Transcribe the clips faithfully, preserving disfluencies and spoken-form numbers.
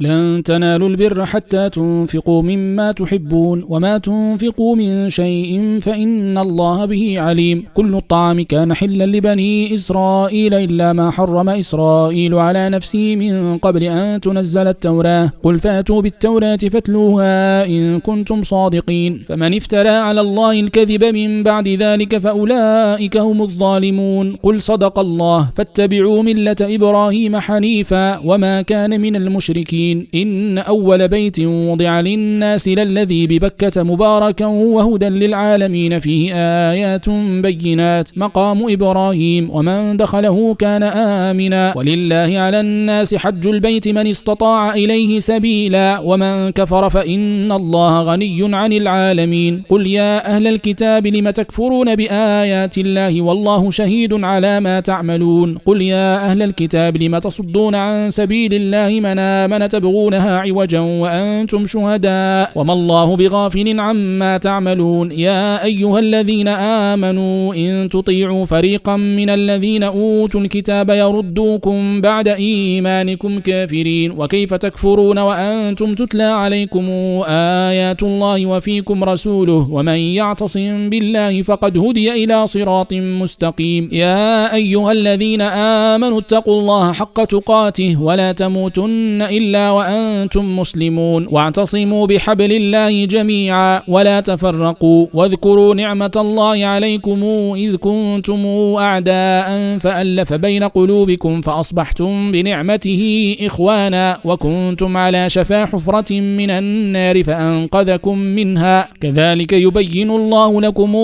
لن تنالوا البر حتى تنفقوا مما تحبون وما تنفقوا من شيء فإن الله به عليم. كل الطعام كان حلا لبني إسرائيل إلا ما حرم إسرائيل على نفسه من قبل أن تنزل التوراة. قل فاتوا بالتوراة فاتلوها إن كنتم صادقين. فمن افترى على الله الكذب من بعد ذلك فأولئك هم الظالمون. قل صدق الله فاتبعوا ملة إبراهيم حنيفا وما كان من المشركين. إن أول بيت وضع للناس للذي ببكة مباركا وهدى للعالمين فيه آيات بينات مقام إبراهيم ومن دخله كان آمنا. ولله على الناس حج البيت من استطاع إليه سبيلا ومن كفر فإن الله غني عن العالمين. قل يا أهل الكتاب لم تكفرون بآيات الله والله شهيد على ما تعملون. قل يا أهل الكتاب لم تصدون عن سبيل الله من آمن تبغونها عوجا وأنتم شهداء وما الله بغافل عما تعملون. يا أيها الذين آمنوا إن تطيعوا فريقا من الذين أوتوا الكتاب يردوكم بعد إيمانكم كافرين. وكيف تكفرون وأنتم تتلى عليكم آيات الله وفيكم رسوله ومن يعتصم بالله فقد هدي إلى صراط مستقيم. يا أيها الذين آمنوا اتقوا الله حق تقاته ولا تموتن إلا وأنتم مسلمون. واعتصموا بحبل الله جميعا ولا تفرقوا. واذكروا نعمة الله عليكم إذ كنتم أعداء فألف بين قلوبكم فأصبحتم بنعمته إخوانا وكنتم على شفا حفرة من النار فأنقذكم منها. كذلك يبين الله لكم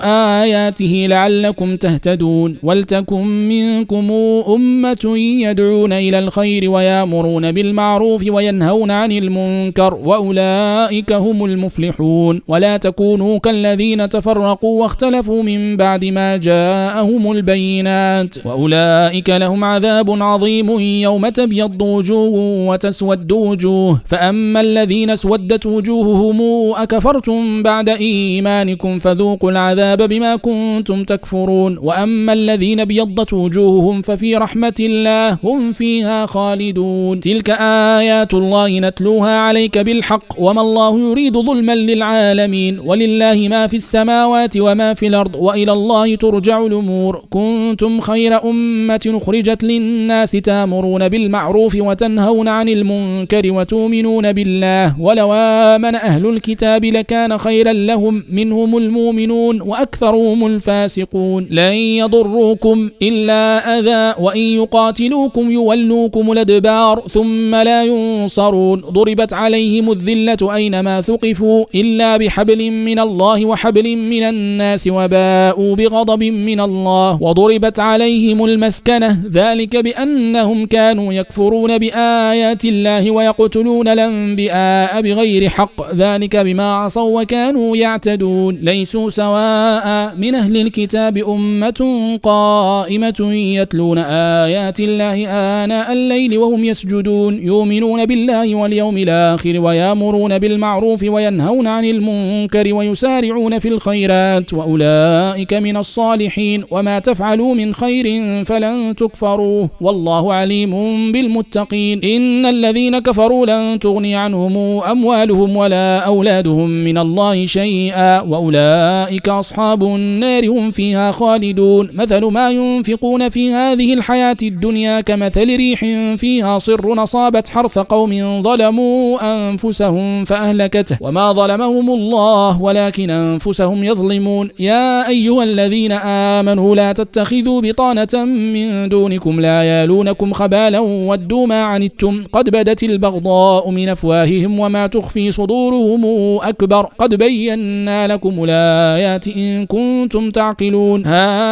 آياته لعلكم تهتدون. ولتكن منكم أمة يدعون إلى الخير ويامرون بالمعروف وينهون عن المنكر وأولئك هم المفلحون. ولا تكونوا كالذين تفرقوا واختلفوا من بعد ما جاءهم البينات وأولئك لهم عذاب عظيم يوم تبيض وجوه وتسود وجوه. فأما الذين اسودت وجوههم أكفرتم بعد إيمانكم فذوقوا العذاب بما كنتم تكفرون. وأما الذين ابيضت وجوههم ففي رحمة الله هم فيها خالدون. تلك آيات الله نتلوها عليك بالحق وما الله يريد ظلما للعالمين. ولله ما في السماوات وما في الأرض وإلى الله ترجع الأمور. كنتم خير أمة أخرجت للناس تامرون بالمعروف وتنهون عن المنكر وتؤمنون بالله. ولو آمن أهل الكتاب لكان خيرا لهم منهم المؤمنون وأكثرهم الفاسقون. لن يضروكم إلا أذى وإن يقاتلوكم يولوكم الأدبار ثم لا ينصرون. ضربت عليهم الذلة أينما ثقفوا إلا بحبل من الله وحبل من الناس وباءوا بغضب من الله. وضربت عليهم المسكنة ذلك بأنهم كانوا يكفرون بآيات الله ويقتلون الأنبياء بغير حق ذلك بما عصوا وكانوا يعتدون. ليسوا سواء من أهل الكتاب أمة قائمة يتلون آيات الله آناء الليل وهم يسجدون يؤمنون بالله واليوم الآخر ويامرون بالمعروف وينهون عن المنكر ويسارعون في الخيرات وأولئك من الصالحين. وما تفعلوا من خير فلن تكفروه والله عليم بالمتقين. إن الذين كفروا لن تغني عنهم أموالهم ولا أولادهم من الله شيئا وأولئك أصحاب النار هم فيها خالدون. مثل ما ينفقون في هذه الحياة الدنيا كمثل ريح فيها صر أصابت حرث قوم ظلموا أنفسهم فأهلكته وما ظلمهم الله ولكن أنفسهم يظلمون. يا أيها الذين آمنوا لا تتخذوا بطانة من دونكم لا يالونكم خبالا ودوا ما عنتم قد بدت البغضاء من أفواههم وما تخفي صدورهم أكبر قد بينا لكم الآيات إن كنتم تعقلون.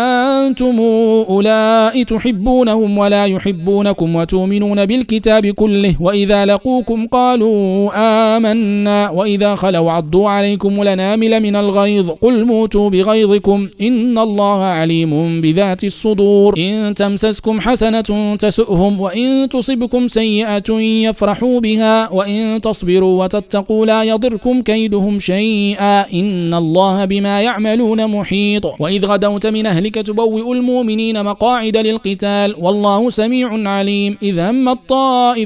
ها أنتم أولئك تحبونهم ولا يحبونكم وتؤمنون بالكتاب كله وإذا لقوكم قالوا آمنا وإذا خلوا عضوا عليكم الأنامل من الغيظ قل موتوا بغيظكم إن الله عليم بذات الصدور. إن تمسسكم حسنة تسؤهم وإن تصبكم سيئة يفرحوا بها وإن تصبروا وتتقوا لا يضركم كيدهم شيئا إن الله بما يعملون محيط. وإذ غدوت من أهلك تبوئ المؤمنين مقاعد للقتال والله سميع عليم. إذ هم الطائفتان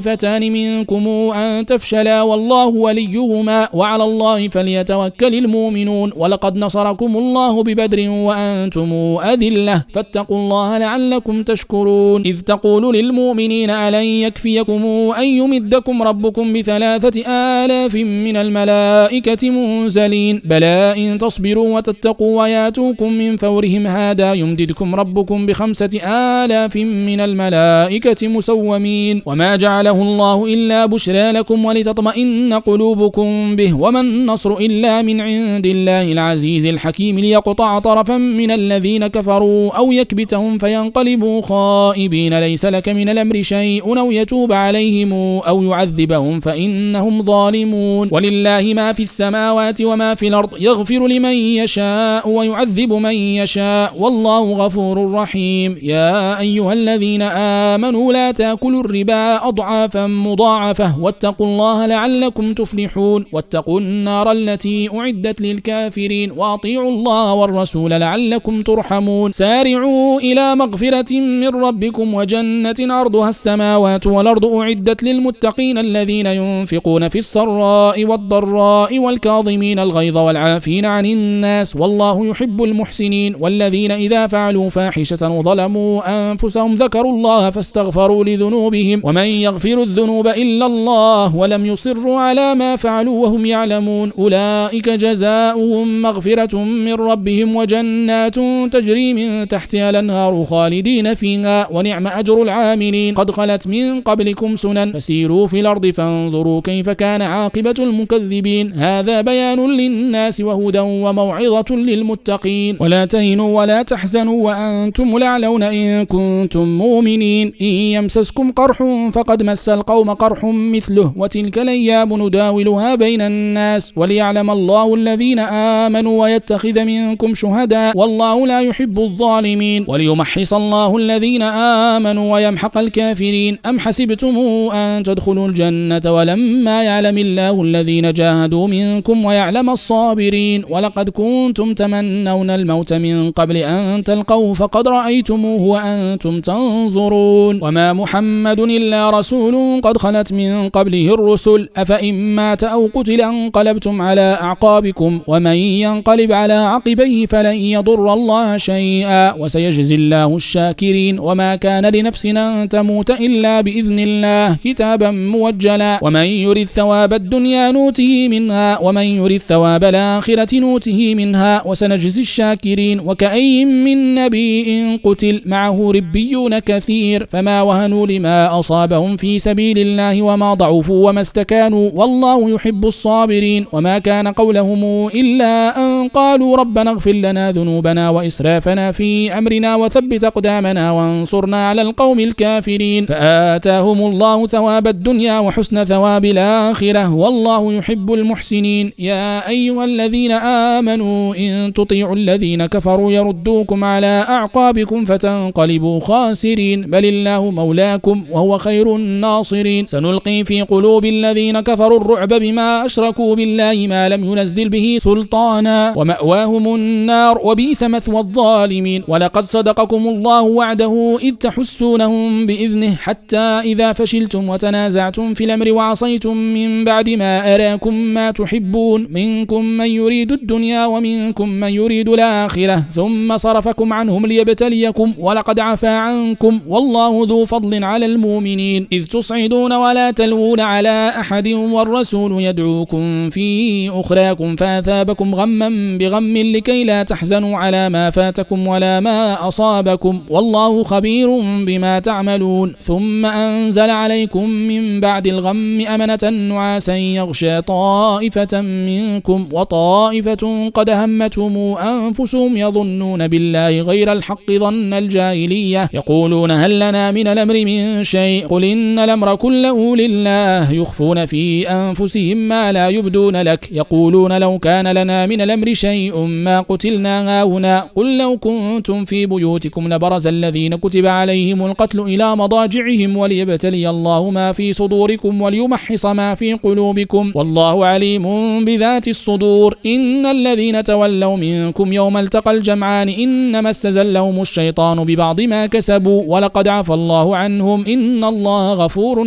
منكم أن تفشلا والله وليهما وعلى الله فليتوكل المؤمنون ولقد نصركم الله ببدر وأنتم أذلة فاتقوا الله لعلكم تشكرون إذ تقول للمؤمنين ألن يكفيكم أن يمدكم ربكم بثلاثة آلاف من الملائكة منزلين بلى إن تصبروا وتتقوا وياتوكم من فورهم هذا يمددكم ربكم بخمسة آلاف من الملائكة مسومين وما جعله الله إلا بشرى لكم ولتطمئن قلوبكم به وما النصر إلا من عند الله العزيز الحكيم ليقطع طرفا من الذين كفروا أو يكبتهم فينقلبوا خائبين ليس لك من الأمر شيء أو يتوب عليهم أو يعذبهم فإنهم ظالمون ولله ما في السماوات وما في الأرض يغفر لمن يشاء ويعذب من يشاء والله غفور رحيم يا أيها الذين آمنوا لا تأكلوا الربا أضعافا مضاعفة واتقوا الله لعلكم تفلحون واتقوا النار التي أعدت للكافرين وأطيعوا الله والرسول لعلكم ترحمون سارعوا إلى مغفرة من ربكم وجنة عرضها السماوات والأرض أعدت للمتقين الذين ينفقون في السراء والضراء والكاظمين الغيظ والعافين عن الناس والله يحب المحسنين والذين إذا فعلوا فاحشة ظلموا أنفسهم ذكروا الله فاستغفروا لذنوبهم ومن يغفر الذنوب إلا الله ولم يصروا على ما فعلوا وهم يعلمون أولئك جزاؤهم مغفرة من ربهم وجنات تجري من تحتها الأنهار خالدين فيها ونعم أجر العاملين قد خلت من قبلكم سنن فسيروا في الأرض فانظروا كيف كان عاقبة المكذبين هذا بيان للناس وهدى وموعظة للمتقين ولا تهنوا ولا تحزنوا وأنتم الأعلون إن كنتم مؤمنين إن يمسسكم قرح فقد مس القوم قرح مثله وتلك الأيام نداولها بين الناس وليعلم الله الذين آمنوا ويتخذ منكم شهداء والله لا يحب الظالمين وليمحص الله الذين آمنوا ويمحق الكافرين أم حسبتم أن تدخلوا الجنة ولما يعلم الله الذين جاهدوا منكم ويعلم الصابرين ولقد كنتم تمنون الموت من قبل أن تلقوه فقد رأيتموه وأنتم تنظرون وما محمد إلا رسول قد خلت من قبله الرسل أفإن مات أو قتل انقلبتم على أعقابكم ومن ينقلب على عقبيه فلن يضر الله شيئا وسيجزي الله الشاكرين وما كان لنفس أن تموت إلا بإذن الله كتابا موجلا ومن يرد ثواب الدنيا نوته منها ومن يرد ثواب الآخرة نوته منها وسنجزي الشاكرين وكأي من نبي قتل معه ربيون كثير فما وهنوا لما أصابهم في سبيل الله وما ضعفوا وما استكانوا والله يحب الصابرين وما كان قولهم إلا أن قالوا ربنا اغفر لنا ذنوبنا وإسرافنا في أمرنا وثبت أقدامنا وانصرنا على القوم الكافرين فآتاهم الله ثواب الدنيا وحسن ثواب الآخرة والله يحب المحسنين يا أيها الذين آمنوا إن تطيعوا الذين كفروا يردوكم على أعقابكم فتنقلبوا خاسرين بل الله مولاكم وهو خير الناصرين سنلقي في قلوب الذين كفروا الرعب بما أشركوا بالله ما لم ينزل به سلطانا ومأواهم النار وبئس مثوى الظالمين ولقد صدقكم الله وعده إذ تحسونهم بإذنه حتى إذا فشلتم وتنازعتم في الأمر وعصيتم من بعد ما أراكم ما تحبون منكم من يريد الدنيا ومنكم من يريد الآخرة ثم صرفكم عنهم ليبتليكم ولقد عفا عنكم والله ذو فضل على المؤمنين إذ تصعدون ولا تلوون على أحد والرسول يدعوكم في أخراكم فأثابكم غما بغم لكي لا تحزنوا على ما فاتكم ولا ما أصابكم والله خبير بما تعملون ثم أنزل عليكم من بعد الغم أمنة نعاسا يغشى طائفة منكم وطائفة قد همتهم أنفسهم يظنون بالله غير الحق ظن الجاهلية يقولون هل لنا من الأمر من شيء قل إن الأمر كله لله يخفون في أنفسهم ما لا يبدون لك يقولون لو كان لنا من الأمر شيء ما قتلنا هاهنا قل لو كنتم في بيوتكم لبرز الذين كتب عليهم القتل إلى مضاجعهم وليبتلي الله ما في صدوركم وليمحص ما في قلوبكم والله عليم بذات الصدور إن الذين تولوا منكم يوم التقى الجمعان إنما استزلهم الشيطان ببعض ما كسبوا ولقد عفى الله عنهم إن الله غفور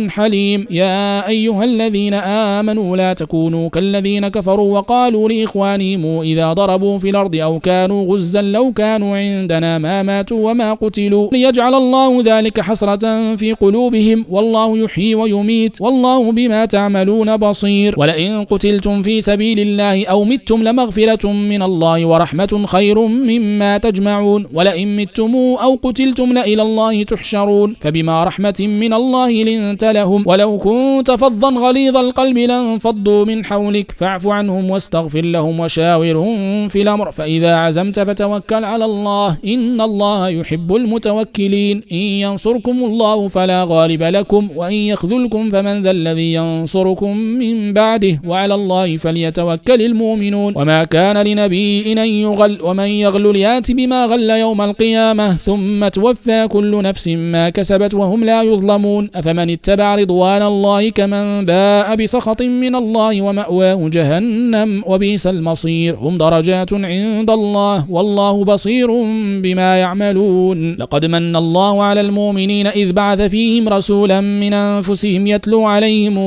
حليم. يا أيها الذين آمنوا لا تكونوا كالذين كفروا وقالوا لإخوانهم إذا ضربوا في الأرض أو كانوا غزا لو كانوا عندنا ما ماتوا وما قتلوا ليجعل الله ذلك حسرة في قلوبهم والله يحيي ويميت والله بما تعملون بصير. ولئن قتلتم في سبيل الله أو متم لمغفرة من الله ورحمة خير مما تجمعون. ولئن متم أو قتلتم لإلى الله تحشرون. فبما رحمة من الله لنت لهم ولو كنت فظا غليظ القلب لانفضوا من حولك فاعف عنهم واستغفر لهم وشاورهم في الأمر فإذا عزمت فتوكل على الله إن الله يحب المتوكلين. إن ينصركم الله فلا غالب لكم وإن يخذلكم فمن ذا الذي ينصركم من بعده وعلى الله فليتوكل المؤمنون. وما كان لنبي أن يغل ومن يغل يات بما غل يوم القيامة ثم توفى كل نفس ما كسبت وهم لا يظلمون. أفمن اتبع رضوان الله كمن باء بسخط من الله ومأواه جهنم وبئس المصير. هم درجات عند الله والله بصير بما يعملون. لقد من الله على المؤمنين إذ بعث فيهم رسولا من أنفسهم يتلو عليهم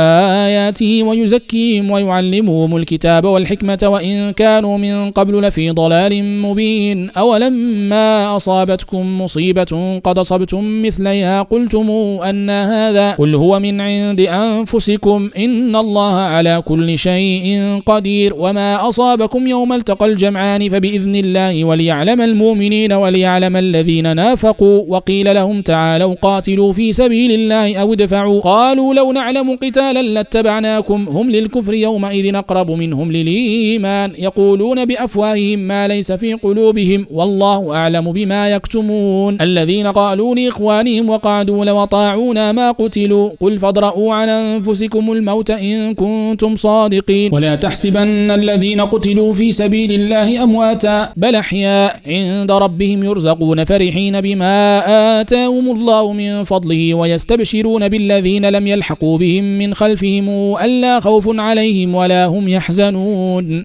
آياته ويزكيهم ويعلمهم الكتاب والحكمة وإن كانوا من قبل لفي ضلال مبين. أولما أصابتكم مصيبة قد أصبتم مثليها قلتم أن هذا قل هو من عند أنفسكم إن الله على كل شيء قدير. وما أصابكم يوم التقى الجمعان فبإذن الله وليعلم المؤمنين وليعلم الذين نافقوا. وقيل لهم تعالوا قاتلوا في سبيل الله أو ادفعوا قالوا لو نعلم قتالا لاتبعناكم هم للكفر يومئذ أقرب منهم للإيمان يقولون بأفواههم ما ليس في قلوبهم والله أعلم بما يكتمون. الذين قالوا لإخوانهم وقعدوا لو طاعونا ما قتلوا قل فادرءوا عن أنفسكم الموت إن كنتم صادقين. ولا تحسبن الذين قتلوا في سبيل الله أمواتا بل أحياء عند ربهم يرزقون فرحين بما آتاهم الله من فضله ويستبشرون بالذين لم يلحقوا بهم من خلفهم ألا خوف عليهم ولا هم يحزنون.